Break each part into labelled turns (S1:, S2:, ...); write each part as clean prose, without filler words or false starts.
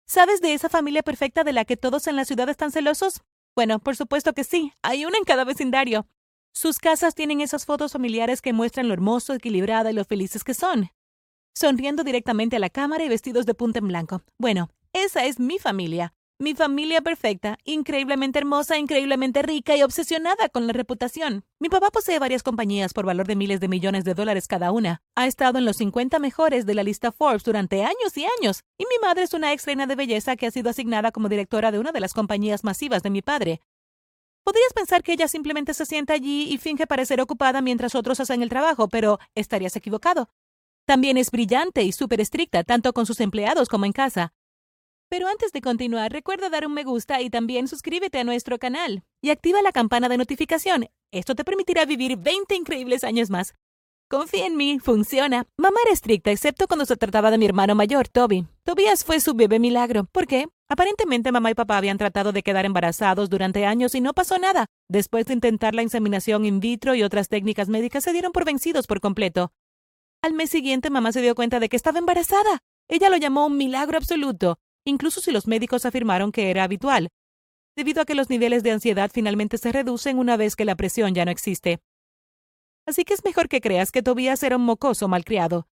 S1: ¿Sabes de esa familia perfecta de la que todos en la ciudad están celosos? Bueno, por supuesto que sí. Hay una en cada vecindario. Sus casas tienen esas fotos familiares que muestran lo hermoso, equilibrada y lo felices que son, sonriendo directamente a la cámara y vestidos de punta en blanco. Bueno, esa es mi familia. Mi familia perfecta, increíblemente hermosa, increíblemente rica y obsesionada con la reputación. Mi papá posee varias compañías por valor de miles de millones de dólares cada una. Ha estado en los 50 mejores de la lista Forbes durante años y años. Y mi madre es una ex reina de belleza que ha sido asignada como directora de una de las compañías masivas de mi padre. Podrías pensar que ella simplemente se sienta allí y finge parecer ocupada mientras otros hacen el trabajo, pero estarías equivocado. También es brillante y súper estricta, tanto con sus empleados como en casa. Pero antes de continuar, recuerda dar un me gusta y también suscríbete a nuestro canal. Y activa la campana de notificación. Esto te permitirá vivir 20 increíbles años más. Confía en mí, funciona. Mamá era estricta, excepto cuando se trataba de mi hermano mayor, Toby. Tobias fue su bebé milagro. ¿Por qué? Aparentemente mamá y papá habían tratado de quedar embarazados durante años y no pasó nada. Después de intentar la inseminación in vitro y otras técnicas médicas, se dieron por vencidos por completo. Al mes siguiente, mamá se dio cuenta de que estaba embarazada. Ella lo llamó un milagro absoluto, incluso si los médicos afirmaron que era habitual, debido a que los niveles de ansiedad finalmente se reducen una vez que la presión ya no existe. Así que es mejor que creas que Tobías era un mocoso malcriado.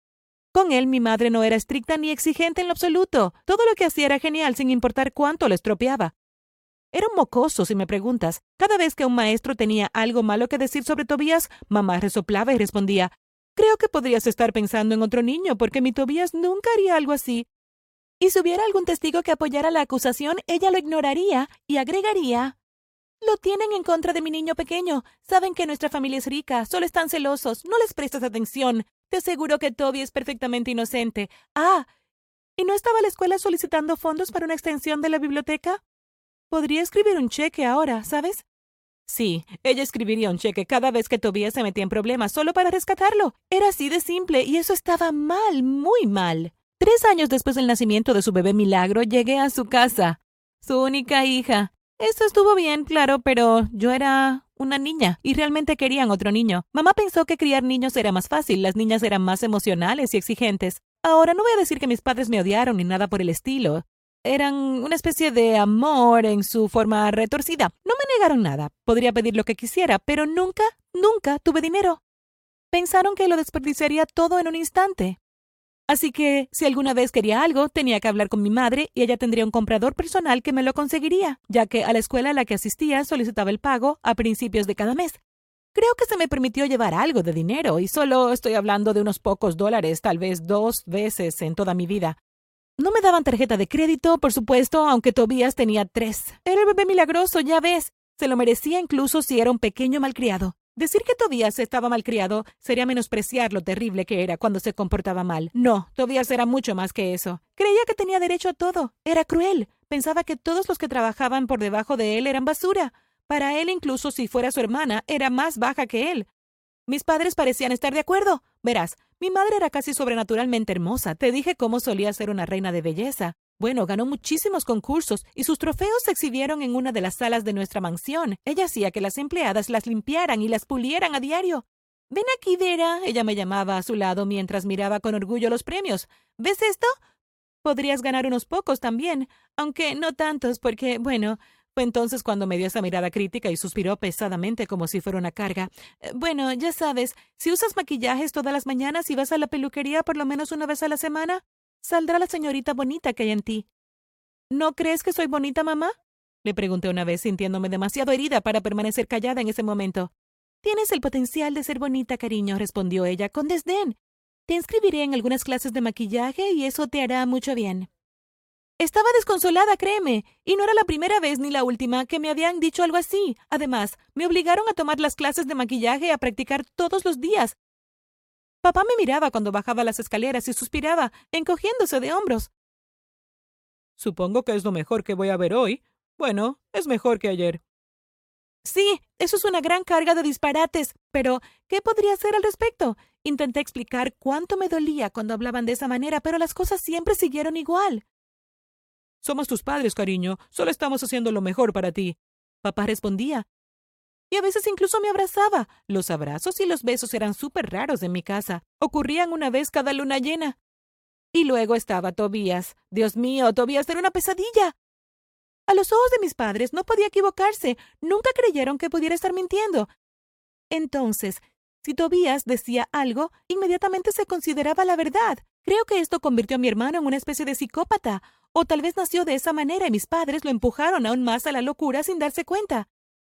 S1: Con él, mi madre no era estricta ni exigente en lo absoluto. Todo lo que hacía era genial, sin importar cuánto lo estropeaba. Era un mocoso, si me preguntas. Cada vez que un maestro tenía algo malo que decir sobre Tobías, mamá resoplaba y respondía: «Creo que podrías estar pensando en otro niño, porque mi Tobías nunca haría algo así». Y si hubiera algún testigo que apoyara la acusación, ella lo ignoraría y agregaría: «Lo tienen en contra de mi niño pequeño. Saben que nuestra familia es rica. Solo están celosos. No les prestas atención. Te aseguro que Toby es perfectamente inocente. Ah, ¿y no estaba la escuela solicitando fondos para una extensión de la biblioteca? Podría escribir un cheque ahora, ¿sabes?» Sí, ella escribiría un cheque cada vez que Tobias se metía en problemas solo para rescatarlo. Era así de simple y eso estaba mal, muy mal. 3 años después del nacimiento de su bebé milagro, llegué a su casa. Su única hija. Eso estuvo bien, claro, pero yo era una niña y realmente querían otro niño. Mamá pensó que criar niños era más fácil, las niñas eran más emocionales y exigentes. Ahora, no voy a decir que mis padres me odiaron ni nada por el estilo. Eran una especie de amor en su forma retorcida. No me negaron nada. Podría pedir lo que quisiera, pero nunca, nunca tuve dinero. Pensaron que lo desperdiciaría todo en un instante. Así que, si alguna vez quería algo, tenía que hablar con mi madre y ella tendría un comprador personal que me lo conseguiría, ya que a la escuela a la que asistía solicitaba el pago a principios de cada mes. Creo que se me permitió llevar algo de dinero y solo estoy hablando de unos pocos dólares, tal vez 2 veces en toda mi vida. No me daban tarjeta de crédito, por supuesto, aunque Tobías tenía 3. Era el bebé milagroso, ya ves. Se lo merecía incluso si era un pequeño malcriado. Decir que Tobías estaba malcriado sería menospreciar lo terrible que era cuando se comportaba mal. No, Tobías era mucho más que eso. Creía que tenía derecho a todo. Era cruel. Pensaba que todos los que trabajaban por debajo de él eran basura. Para él, incluso si fuera su hermana, era más baja que él. Mis padres parecían estar de acuerdo. Verás, mi madre era casi sobrenaturalmente hermosa. Te dije cómo solía ser una reina de belleza. Bueno, ganó muchísimos concursos y sus trofeos se exhibieron en una de las salas de nuestra mansión. Ella hacía que las empleadas las limpiaran y las pulieran a diario. «Ven aquí, Vera», ella me llamaba a su lado mientras miraba con orgullo los premios. «¿Ves esto? Podrías ganar unos pocos también, aunque no tantos porque, bueno...» Fue entonces cuando me dio esa mirada crítica y suspiró pesadamente como si fuera una carga. Bueno, ya sabes, si usas maquillajes todas las mañanas y vas a la peluquería por lo menos una vez a la semana, saldrá la señorita bonita que hay en ti». «¿No crees que soy bonita, mamá?», le pregunté una vez, sintiéndome demasiado herida para permanecer callada en ese momento. «Tienes el potencial de ser bonita, cariño», respondió ella con desdén. «Te inscribiré en algunas clases de maquillaje y eso te hará mucho bien». Estaba desconsolada, créeme, y no era la primera vez ni la última que me habían dicho algo así. Además, me obligaron a tomar las clases de maquillaje y a practicar todos los días. Papá me miraba cuando bajaba las escaleras y suspiraba, encogiéndose de hombros. «Supongo que es lo mejor que voy a ver hoy. Bueno, es mejor que ayer». Sí, eso es una gran carga de disparates, pero ¿qué podría hacer al respecto? Intenté explicar cuánto me dolía cuando hablaban de esa manera, pero las cosas siempre siguieron igual. «Somos tus padres, cariño. Solo estamos haciendo lo mejor para ti», papá respondía. Y a veces incluso me abrazaba. Los abrazos y los besos eran súper raros en mi casa. Ocurrían una vez cada luna llena. Y luego estaba Tobías. Dios mío, Tobías era una pesadilla. A los ojos de mis padres no podía equivocarse. Nunca creyeron que pudiera estar mintiendo. Entonces, si Tobías decía algo, inmediatamente se consideraba la verdad. Creo que esto convirtió a mi hermano en una especie de psicópata. O tal vez nació de esa manera y mis padres lo empujaron aún más a la locura sin darse cuenta.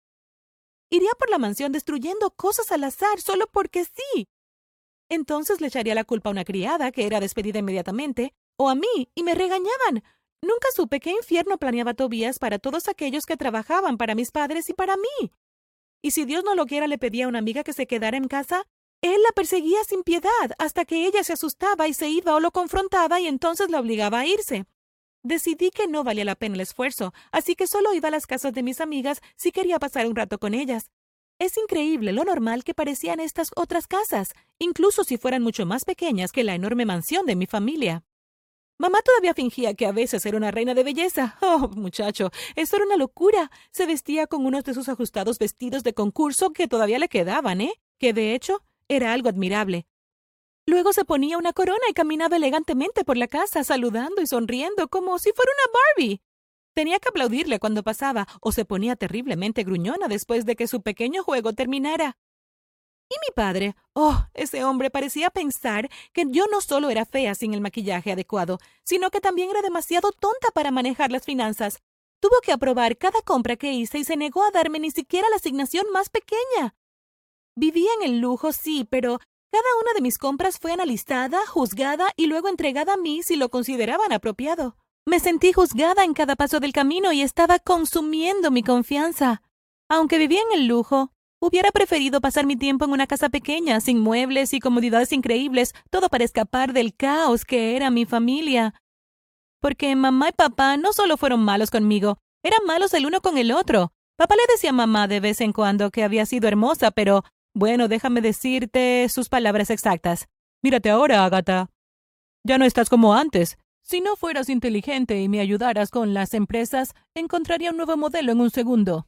S1: Iría por la mansión destruyendo cosas al azar solo porque sí. Entonces le echaría la culpa a una criada, que era despedida inmediatamente, o a mí, y me regañaban. Nunca supe qué infierno planeaba Tobías para todos aquellos que trabajaban para mis padres y para mí. Y si Dios no lo quiera, le pedía a una amiga que se quedara en casa. Él la perseguía sin piedad, hasta que ella se asustaba y se iba o lo confrontaba y entonces la obligaba a irse. Decidí que no valía la pena el esfuerzo, así que solo iba a las casas de mis amigas si quería pasar un rato con ellas. Es increíble lo normal que parecían estas otras casas, incluso si fueran mucho más pequeñas que la enorme mansión de mi familia. Mamá todavía fingía que a veces era una reina de belleza. Oh, muchacho, eso era una locura. Se vestía con unos de sus ajustados vestidos de concurso que todavía le quedaban, que de hecho era algo admirable. Luego se ponía una corona y caminaba elegantemente por la casa, saludando y sonriendo como si fuera una Barbie. Tenía que aplaudirle cuando pasaba, o se ponía terriblemente gruñona después de que su pequeño juego terminara. Y mi padre, ese hombre parecía pensar que yo no solo era fea sin el maquillaje adecuado, sino que también era demasiado tonta para manejar las finanzas. Tuvo que aprobar cada compra que hice y se negó a darme ni siquiera la asignación más pequeña. Vivía en el lujo, sí, pero cada una de mis compras fue analizada, juzgada y luego entregada a mí si lo consideraban apropiado. Me sentí juzgada en cada paso del camino y estaba consumiendo mi confianza. Aunque vivía en el lujo, hubiera preferido pasar mi tiempo en una casa pequeña, sin muebles y comodidades increíbles, todo para escapar del caos que era mi familia. Porque mamá y papá no solo fueron malos conmigo, eran malos el uno con el otro. Papá le decía a mamá de vez en cuando que había sido hermosa, pero, bueno, déjame decirte sus palabras exactas. Mírate ahora, Agatha. Ya no estás como antes. Si no fueras inteligente y me ayudaras con las empresas, encontraría un nuevo modelo en un segundo.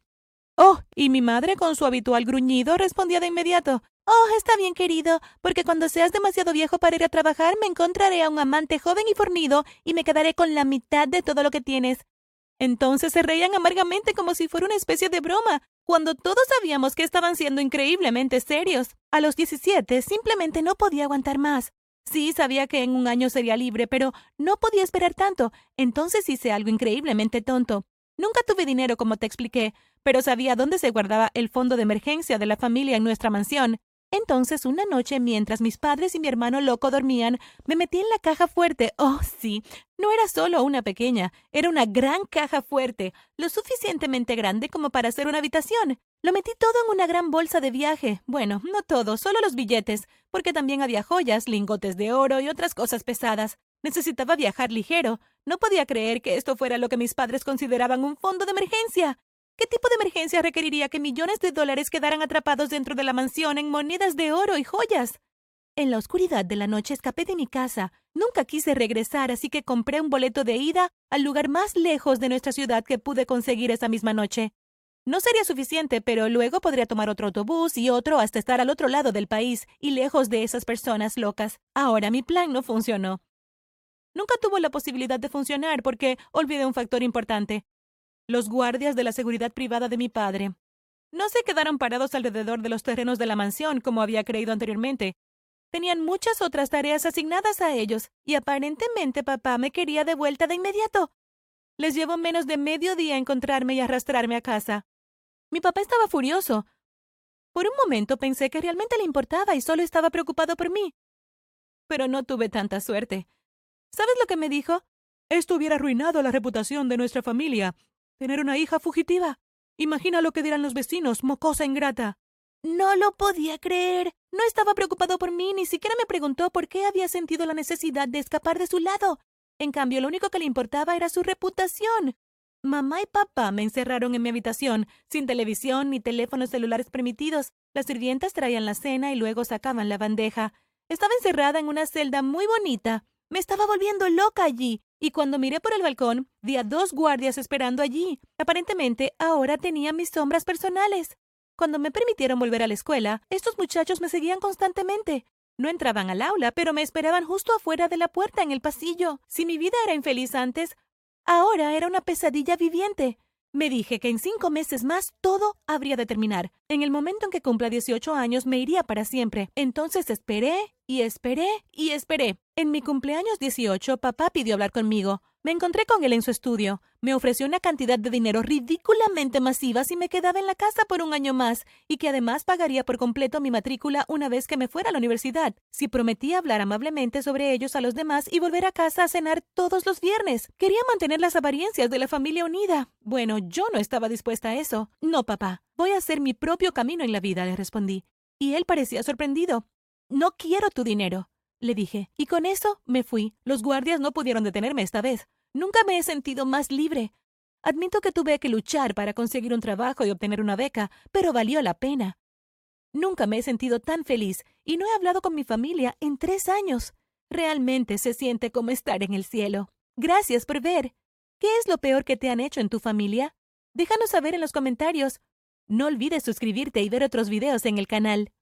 S1: Y mi madre, con su habitual gruñido, respondía de inmediato. Está bien, querido, porque cuando seas demasiado viejo para ir a trabajar, me encontraré a un amante joven y fornido y me quedaré con la mitad de todo lo que tienes. Entonces se reían amargamente como si fuera una especie de broma, cuando todos sabíamos que estaban siendo increíblemente serios. A los 17 simplemente no podía aguantar más. Sí, sabía que en un año sería libre, pero no podía esperar tanto. Entonces hice algo increíblemente tonto. Nunca tuve dinero, como te expliqué, pero sabía dónde se guardaba el fondo de emergencia de la familia en nuestra mansión. Entonces, una noche, mientras mis padres y mi hermano loco dormían, me metí en la caja fuerte. Sí, no era solo una pequeña, era una gran caja fuerte, lo suficientemente grande como para hacer una habitación. Lo metí todo en una gran bolsa de viaje. Bueno, no todo, solo los billetes, porque también había joyas, lingotes de oro y otras cosas pesadas. Necesitaba viajar ligero. No podía creer que esto fuera lo que mis padres consideraban un fondo de emergencia. ¿Qué tipo de emergencia requeriría que millones de dólares quedaran atrapados dentro de la mansión en monedas de oro y joyas? En la oscuridad de la noche escapé de mi casa. Nunca quise regresar, así que compré un boleto de ida al lugar más lejos de nuestra ciudad que pude conseguir esa misma noche. No sería suficiente, pero luego podría tomar otro autobús y otro hasta estar al otro lado del país y lejos de esas personas locas. Ahora mi plan no funcionó. Nunca tuvo la posibilidad de funcionar porque olvidé un factor importante. Los guardias de la seguridad privada de mi padre no se quedaron parados alrededor de los terrenos de la mansión como había creído anteriormente. Tenían muchas otras tareas asignadas a ellos y aparentemente papá me quería de vuelta de inmediato. Les llevó menos de medio día encontrarme y arrastrarme a casa. Mi papá estaba furioso. Por un momento pensé que realmente le importaba y solo estaba preocupado por mí. Pero no tuve tanta suerte. ¿Sabes lo que me dijo? Esto hubiera arruinado la reputación de nuestra familia. Tener una hija fugitiva. Imagina lo que dirán los vecinos, mocosa ingrata. No lo podía creer. No estaba preocupado por mí, ni siquiera me preguntó por qué había sentido la necesidad de escapar de su lado. En cambio, lo único que le importaba era su reputación. Mamá y papá me encerraron en mi habitación, sin televisión ni teléfonos celulares permitidos. Las sirvientas traían la cena y luego sacaban la bandeja. Estaba encerrada en una celda muy bonita. Me estaba volviendo loca allí, y cuando miré por el balcón, vi a 2 guardias esperando allí. Aparentemente, ahora tenía mis sombras personales. Cuando me permitieron volver a la escuela, estos muchachos me seguían constantemente. No entraban al aula, pero me esperaban justo afuera de la puerta en el pasillo. Si mi vida era infeliz antes, ahora era una pesadilla viviente. Me dije que en 5 meses más todo habría de terminar. En el momento en que cumpla 18 años me iría para siempre. Entonces esperé y esperé y esperé. En mi cumpleaños 18, papá pidió hablar conmigo. Me encontré con él en su estudio. Me ofreció una cantidad de dinero ridículamente masiva si me quedaba en la casa por un año más y que además pagaría por completo mi matrícula una vez que me fuera a la universidad, si prometía hablar amablemente sobre ellos a los demás y volver a casa a cenar todos los viernes. Quería mantener las apariencias de la familia unida. Bueno, yo no estaba dispuesta a eso. No, papá. Voy a hacer mi propio camino en la vida, le respondí. Y él parecía sorprendido. No quiero tu dinero, le dije, y con eso me fui. Los guardias no pudieron detenerme esta vez. Nunca me he sentido más libre. Admito que tuve que luchar para conseguir un trabajo y obtener una beca, pero valió la pena. Nunca me he sentido tan feliz y no he hablado con mi familia en 3 años. Realmente se siente como estar en el cielo. Gracias por ver. ¿Qué es lo peor que te han hecho en tu familia? Déjanos saber en los comentarios. No olvides suscribirte y ver otros videos en el canal.